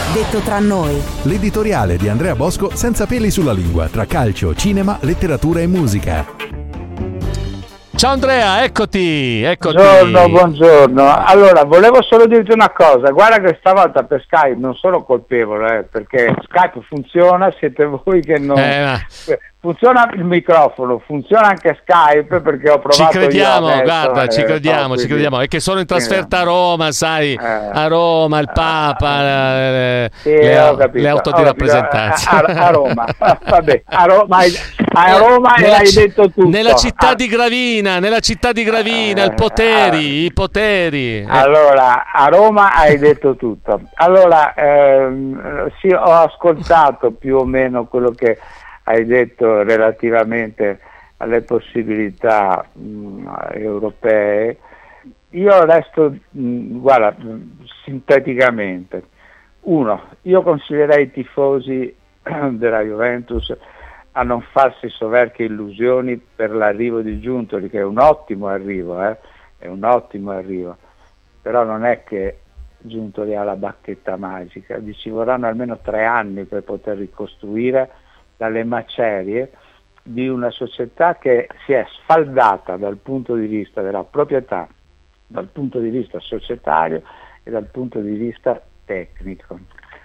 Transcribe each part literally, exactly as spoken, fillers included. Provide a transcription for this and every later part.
Detto tra noi. L'editoriale di Andrea Bosco senza peli sulla lingua, tra calcio, cinema, letteratura e musica. Ciao Andrea, eccoti, eccoti. Buongiorno, buongiorno. Allora, volevo solo dirti una cosa, guarda che stavolta per Skype non sono colpevole, eh, perché Skype funziona, siete voi che non... Eh, ma... Funziona il microfono, funziona anche Skype, perché ho provato ci crediamo, io adesso, guarda, eh, ci crediamo, no, ci quindi... crediamo. È che sono in trasferta a Roma, sai, eh, a Roma, il Papa, le, sì, le, ho capito, le auto ho di capito. rappresentanza. A, a Roma, vabbè, a Roma, a Roma nella, hai detto tutto. Nella città ah. di Gravina, nella città di Gravina, eh, il poteri, eh, i poteri. Allora, a Roma hai detto tutto. Allora, ehm, sì, ho ascoltato più o meno quello che hai detto relativamente alle possibilità mh, europee. Io resto, mh, guarda, mh, sinteticamente, uno, io consiglierei i tifosi della Juventus a non farsi soverchie illusioni per l'arrivo di Giuntoli, che è un ottimo arrivo, eh? è un ottimo arrivo, però non è che Giuntoli ha la bacchetta magica, gli ci vorranno almeno tre anni per poter ricostruire dalle macerie di una società che si è sfaldata dal punto di vista della proprietà, dal punto di vista societario e dal punto di vista tecnico.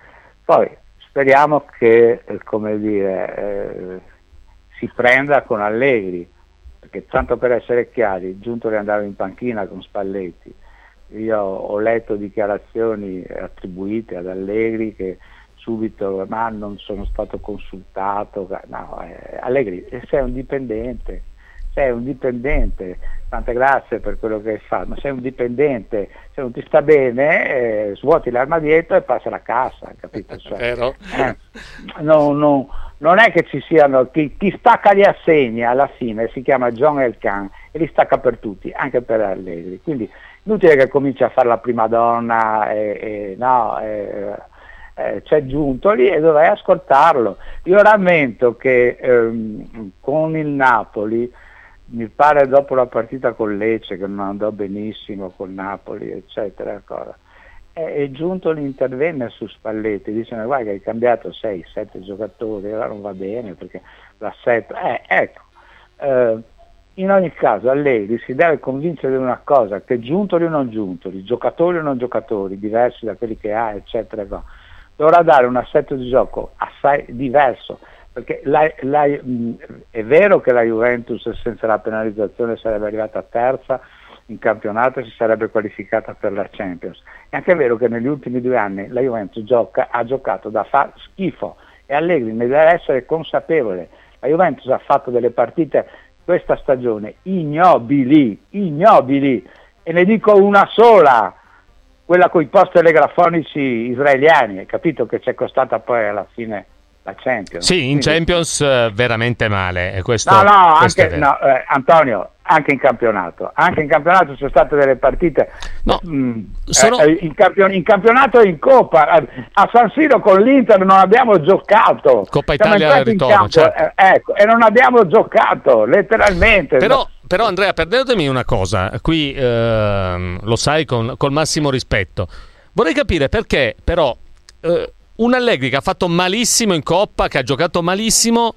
Poi speriamo che, eh, come dire, eh, si prenda con Allegri, perché tanto per essere chiari, Giuntoli andava in panchina con Spalletti. Io ho letto dichiarazioni attribuite ad Allegri che subito, ma non sono stato consultato. No, eh, Allegri, sei un dipendente, sei un dipendente, tante grazie per quello che hai fatto, ma sei un dipendente, se non ti sta bene eh, svuoti l'armadietto e passa la cassa, capito? Cioè, Vero? Eh, no, no, non è che ci siano, chi, chi stacca gli assegni alla fine si chiama John Elkann e li stacca per tutti, anche per Allegri, quindi inutile che cominci a fare la prima donna e, e no, e, Eh, c'è Giuntoli e dovrei ascoltarlo. Io rammento che ehm, con il Napoli, mi pare dopo la partita con Lecce, che non andò benissimo con Napoli, eccetera, ancora, e, e Giuntoli intervenne su Spalletti, dicendo guarda che hai cambiato sei sette giocatori, allora non va bene perché l'assetto, eh, ecco, eh, in ogni caso Allegri si deve convincere di una cosa, che Giuntoli o non Giuntoli, giocatori o non giocatori, diversi da quelli che ha, eccetera, eccetera, dovrà dare un assetto di gioco assai diverso, perché la, la, mh, è vero che la Juventus senza la penalizzazione sarebbe arrivata terza in campionato e si sarebbe qualificata per la Champions, è anche vero che negli ultimi due anni la Juventus gioca, ha giocato da far schifo e Allegri ne deve essere consapevole. La Juventus ha fatto delle partite questa stagione ignobili, ignobili, e ne dico una sola, quella con i post telegrafonici israeliani, hai capito, che ci è costata poi alla fine la Champions. Sì, in Quindi... Champions eh, veramente male. E questo, no, no, questo anche, no eh, Antonio, anche in campionato. Anche in campionato sono state delle partite. No, mh, sono... eh, in, campion- in campionato e in Coppa. A San Siro con l'Inter non abbiamo giocato. Coppa Italia al ritorno, campo, certo. eh, ecco, e non abbiamo giocato, letteralmente. Però, no. però Andrea, perdetemi una cosa, qui ehm, lo sai con, col massimo rispetto. Vorrei capire perché però eh, un Allegri che ha fatto malissimo in Coppa, che ha giocato malissimo,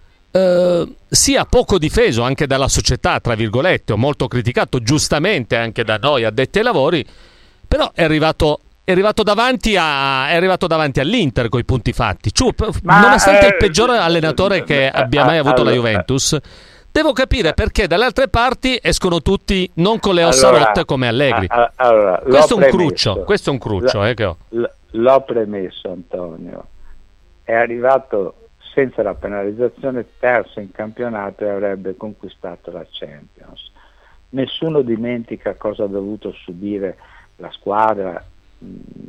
eh, sia poco difeso anche dalla società, tra virgolette, o molto criticato giustamente anche da noi addetti ai lavori, però è arrivato, è arrivato davanti a, è arrivato davanti all'Inter coi punti fatti. Ciù, Ma, nonostante eh, il peggiore allenatore che abbia mai avuto allora, la Juventus, devo capire perché dalle altre parti escono tutti non con le ossa allora, rotte come Allegri. a, a, allora, questo, è un premesso, cruccio, questo è un cruccio, l- eh, che ho. l- l'ho premesso, Antonio. È arrivato senza la penalizzazione terzo in campionato e avrebbe conquistato la Champions. Nessuno dimentica cosa ha dovuto subire la squadra mh,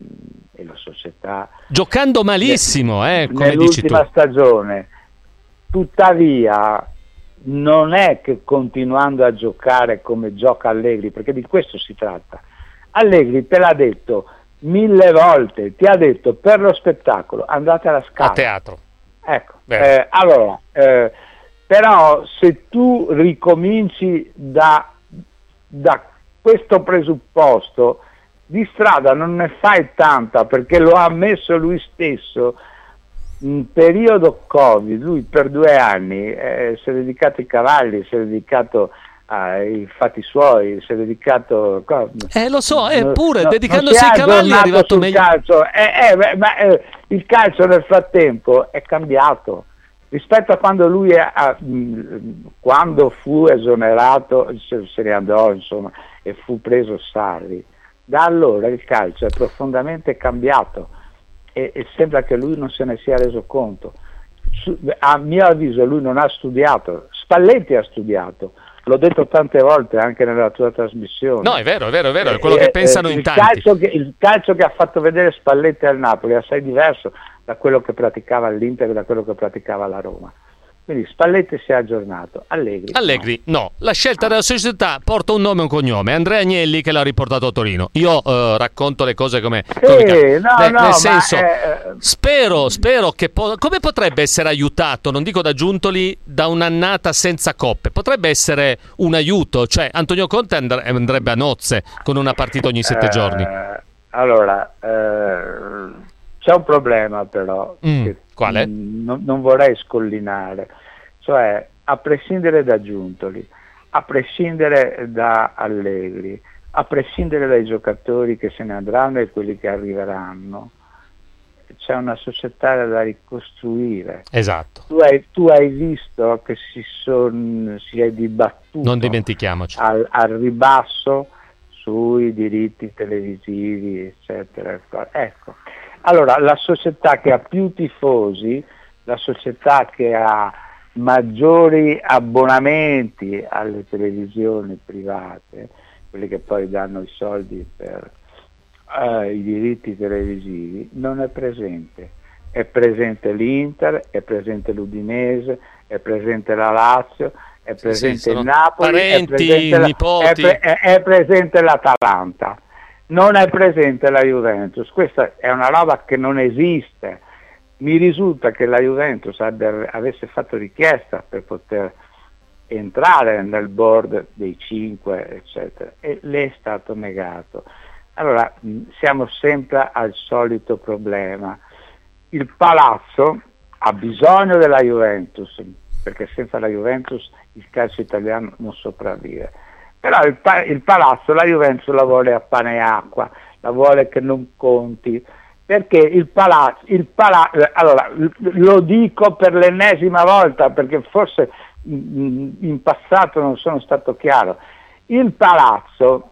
e la società. Giocando malissimo, eh, come dici tu. Nell'ultima stagione. Tuttavia non è che continuando a giocare come gioca Allegri, perché di questo si tratta. Allegri te l'ha detto mille volte, ti ha detto per lo spettacolo andate alla Scala. A teatro. Ecco, eh, allora, eh, però se tu ricominci da, da questo presupposto di strada non ne fai tanta, perché lo ha ammesso lui stesso. In periodo Covid, lui per due anni eh, si è dedicato ai cavalli, si è dedicato ai fatti suoi, si è dedicato... Eh lo so, eppure no, dedicandosi ai cavalli è arrivato meglio. Calcio. Eh, eh, beh, ma eh, il calcio nel frattempo è cambiato. Rispetto a quando lui è, a, mh, quando fu esonerato, se, se ne andò insomma, e fu preso Sarri, da allora il calcio è profondamente cambiato. E, e sembra che lui non se ne sia reso conto. Su, a mio avviso lui non ha studiato, Spalletti ha studiato, l'ho detto tante volte anche nella tua trasmissione. No, è vero, è vero, è vero, è quello eh, che pensano eh, in il tanti. Calcio che, il calcio che ha fatto vedere Spalletti al Napoli è assai diverso da quello che praticava l'Inter e da quello che praticava la Roma. Quindi Spalletti si è aggiornato, Allegri Allegri no. no. La scelta della società porta un nome e un cognome, Andrea Agnelli che l'ha riportato a Torino. Io uh, racconto le cose come, come sì, no, ne, no, nel senso è... spero, spero che po- come potrebbe essere aiutato, non dico da Giuntoli, da un'annata senza coppe, potrebbe essere un aiuto, cioè Antonio Conte and- andrebbe a nozze con una partita ogni sette eh, giorni. Allora eh... c'è un problema però, mm, che quale? Non, non vorrei scollinare, cioè a prescindere da Giuntoli, a prescindere da Allegri, a prescindere dai giocatori che se ne andranno e quelli che arriveranno, c'è una società da ricostruire. Esatto. Tu hai, tu hai visto che si, son, si è dibattuto non dimentichiamoci al, al ribasso sui diritti televisivi, eccetera. Ecco. Allora, la società che ha più tifosi, la società che ha maggiori abbonamenti alle televisioni private, quelli che poi danno i soldi per uh, i diritti televisivi, non è presente. È presente l'Inter, è presente l'Udinese, è presente la Lazio, è presente sì, sì, il Napoli, parenti, è, presente la, nipoti. È, è, è presente l'Atalanta. Non è presente la Juventus, questa è una roba che non esiste. Mi risulta che la Juventus abbia, avesse fatto richiesta per poter entrare nel board dei cinque, eccetera, e le è stato negato. Allora, siamo sempre al solito problema. Il Palazzo ha bisogno della Juventus, perché senza la Juventus il calcio italiano non sopravvive. Però il, il Palazzo, la Juventus la vuole a pane e acqua, la vuole che non conti, perché il Palazzo, il palazzo allora lo dico per l'ennesima volta perché forse in, in passato non sono stato chiaro, il Palazzo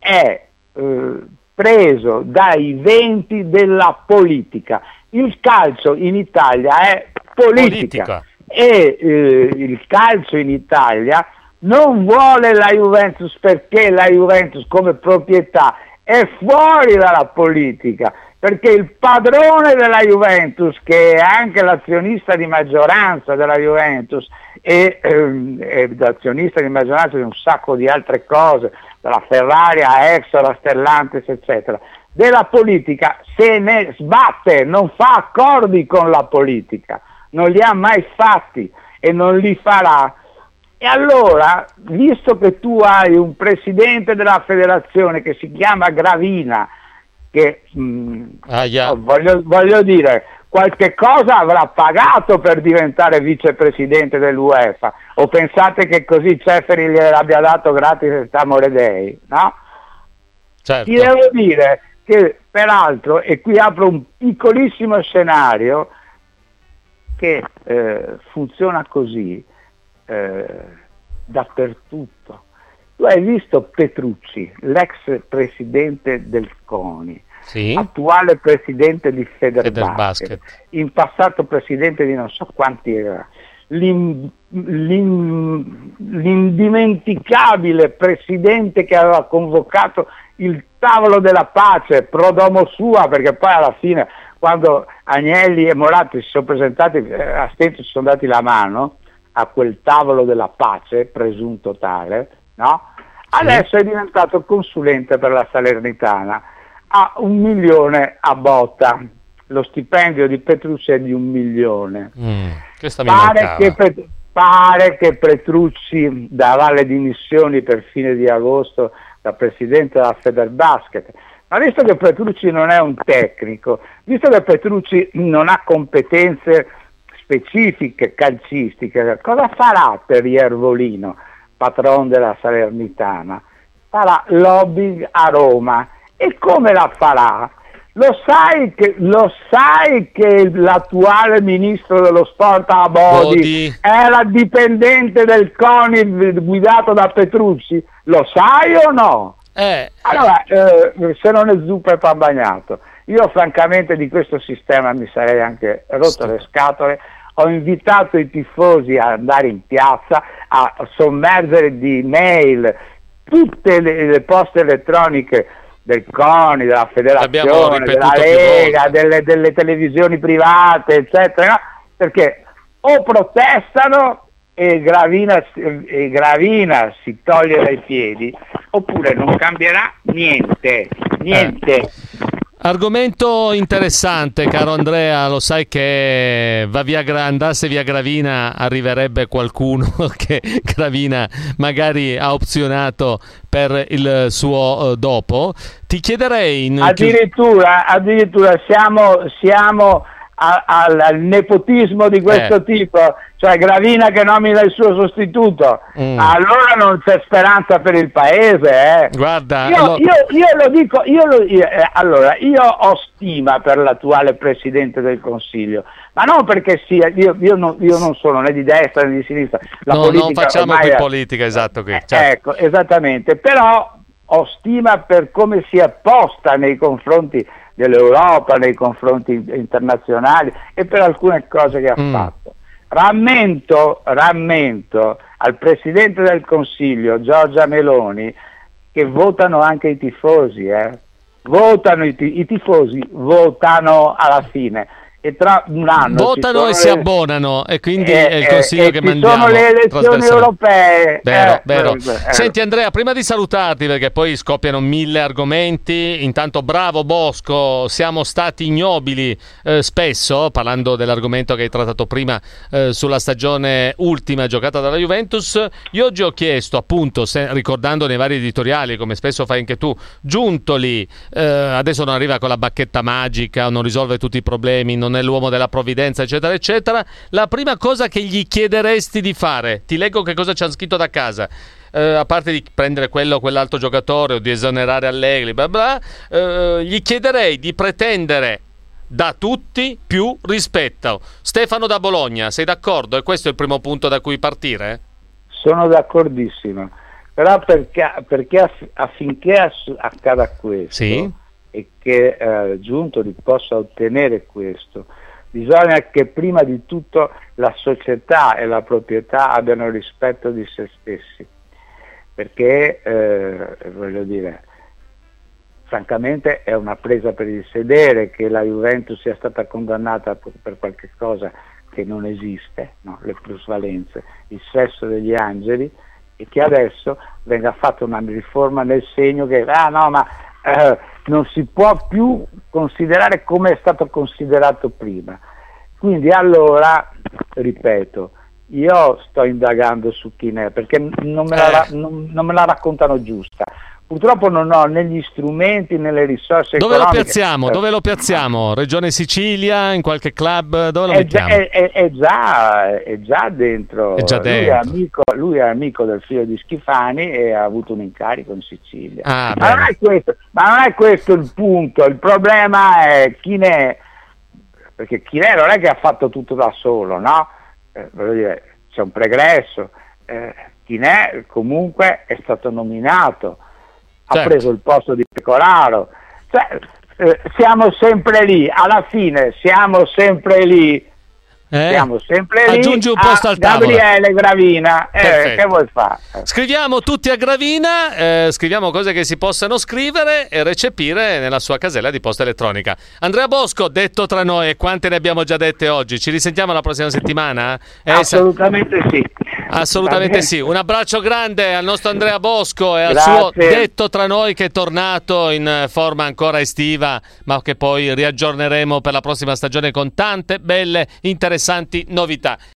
è eh, preso dai venti della politica, il calcio in Italia è politica, politica. e eh, il calcio in Italia non vuole la Juventus perché la Juventus come proprietà è fuori dalla politica, perché il padrone della Juventus, che è anche l'azionista di maggioranza della Juventus e ehm, è l'azionista di maggioranza di un sacco di altre cose, dalla Ferrari a Exor a Stellantis eccetera, della politica se ne sbatte, non fa accordi con la politica, non li ha mai fatti e non li farà. E allora, visto che tu hai un presidente della federazione che si chiama Gravina, che mh, ah, yeah. voglio, voglio dire, qualche cosa avrà pagato per diventare vicepresidente dell'UEFA, o pensate che così Ceferi gliel'abbia dato gratis a Amore Dei, no? Certo. Ti devo dire che peraltro, e qui apro un piccolissimo scenario che eh, funziona così, Eh, dappertutto. Tu hai visto Petrucci, l'ex presidente del CONI, sì. attuale presidente di Federbasket, Federbasket, in passato presidente di non so quanti era, l'in, l'in, l'indimenticabile presidente che aveva convocato il tavolo della pace pro domo sua, perché poi alla fine quando Agnelli e Moratti si sono presentati eh, a stento ci sono dati la mano a quel tavolo della pace, presunto tale, no? Adesso sì. è diventato consulente per la Salernitana, ha un milione a botta, lo stipendio di Petrucci è di un milione. Mm, pare, che Pet- pare che Petrucci darà le dimissioni per fine di agosto da presidente della Federbasket, ma visto che Petrucci non è un tecnico, visto che Petrucci non ha competenze specifiche calcistiche, cosa farà per Iervolino, patron della Salernitana? Farà lobbying a Roma. E come la farà? Lo sai che, lo sai che l'attuale ministro dello sport Abodi Bodi. era dipendente del CONI guidato da Petrucci? Lo sai o no? Eh, Allora, eh, se non è zuppa è pan bagnato. Io francamente di questo sistema mi sarei anche rotto le scatole. Ho invitato i tifosi ad andare in piazza, a sommergere di mail tutte le, le poste elettroniche del CONI, della Federazione, della Lega, delle, delle televisioni private, eccetera, perché o protestano e Gravina, e Gravina si toglie dai piedi, oppure non cambierà niente, niente. Eh. Argomento interessante, caro Andrea, lo sai che va via, andasse via Gravina arriverebbe qualcuno che Gravina magari ha opzionato per il suo uh, dopo. Ti chiederei in addirittura, addirittura siamo, siamo a, al, al nepotismo di questo eh. tipo, cioè Gravina che nomina il suo sostituto, mm. allora non c'è speranza per il paese. Eh. Guarda, io, lo... io, io lo dico, io lo, io, eh, allora io ho stima per l'attuale Presidente del Consiglio, ma non perché sia, io, io, non, io non sono né di destra né di sinistra. La no, politica non facciamo qui è... politica, esatto. Qui. Eh, certo. Ecco, esattamente, però ho stima per come si è posta nei confronti dell'Europa, nei confronti internazionali e per alcune cose che ha mm. fatto. Rammento, rammento al Presidente del Consiglio, Giorgia Meloni, che votano anche i tifosi, eh? votano i, i tifosi, votano alla fine. E tra un anno votano e le... si abbonano e quindi eh, è il consiglio eh, che ci mandiamo. Sono le elezioni europee. Vero, eh, vero. eh, eh. Senti Andrea, prima di salutarti perché poi scoppiano mille argomenti, intanto bravo Bosco, siamo stati ignobili eh, spesso, parlando dell'argomento che hai trattato prima eh, sulla stagione ultima giocata dalla Juventus. Io oggi ho chiesto appunto, se, ricordando nei vari editoriali come spesso fai anche tu, Giuntoli eh, adesso non arriva con la bacchetta magica, non risolve tutti i problemi, non è l'uomo della provvidenza eccetera eccetera. La prima cosa che gli chiederesti di fare, ti leggo che cosa ci hanno scritto da casa, eh, a parte di prendere quello o quell'altro giocatore o di esonerare Allegri bla bla, eh, gli chiederei di pretendere da tutti più rispetto. Stefano da Bologna, sei d'accordo? E questo è il primo punto da cui partire? Sono d'accordissimo, però perché, perché aff- affinché ass- accada questo sì? e che eh, Giuntoli possa ottenere questo, bisogna che prima di tutto la società e la proprietà abbiano rispetto di se stessi, perché eh, voglio dire, francamente è una presa per il sedere che la Juventus sia stata condannata per qualche cosa che non esiste, no? Le plusvalenze, il sesso degli angeli, e che adesso venga fatta una riforma nel segno che ah no ma eh, non si può più considerare come è stato considerato prima. Quindi allora, ripeto, io sto indagando su chi ne è, perché non me, la, eh. non, non me la raccontano giusta. Purtroppo non ho né gli strumenti né le risorse dove economiche. Lo piazziamo? Dove lo piazziamo? Regione Sicilia, in qualche club? Dove lo è mettiamo? Già, è, è, è, già, è già dentro. È già dentro. Lui, è amico, lui è amico del figlio di Schifani e ha avuto un incarico in Sicilia. Ah, ma, non è questo, ma non è questo il punto. Il problema è chi ne è, perché chi ne è non è che ha fatto tutto da solo, no? Eh, voglio dire, c'è un pregresso. Eh, chi ne è comunque è stato nominato. Certo. Ha preso il posto di Pecoraro, cioè, eh, siamo sempre lì, alla fine siamo sempre lì, eh? siamo sempre lì. Aggiungi un posto al tavolo. Gabriele Gravina, eh, che vuoi fare? Scriviamo tutti a Gravina, eh, scriviamo cose che si possano scrivere e recepire nella sua casella di posta elettronica. Andrea Bosco, detto tra noi, e quante ne abbiamo già dette oggi, ci risentiamo la prossima settimana? Eh, Assolutamente sì. Assolutamente sì, un abbraccio grande al nostro Andrea Bosco e al Grazie. suo detto tra noi che è tornato in forma ancora estiva ma che poi riaggiorneremo per la prossima stagione con tante belle interessanti novità.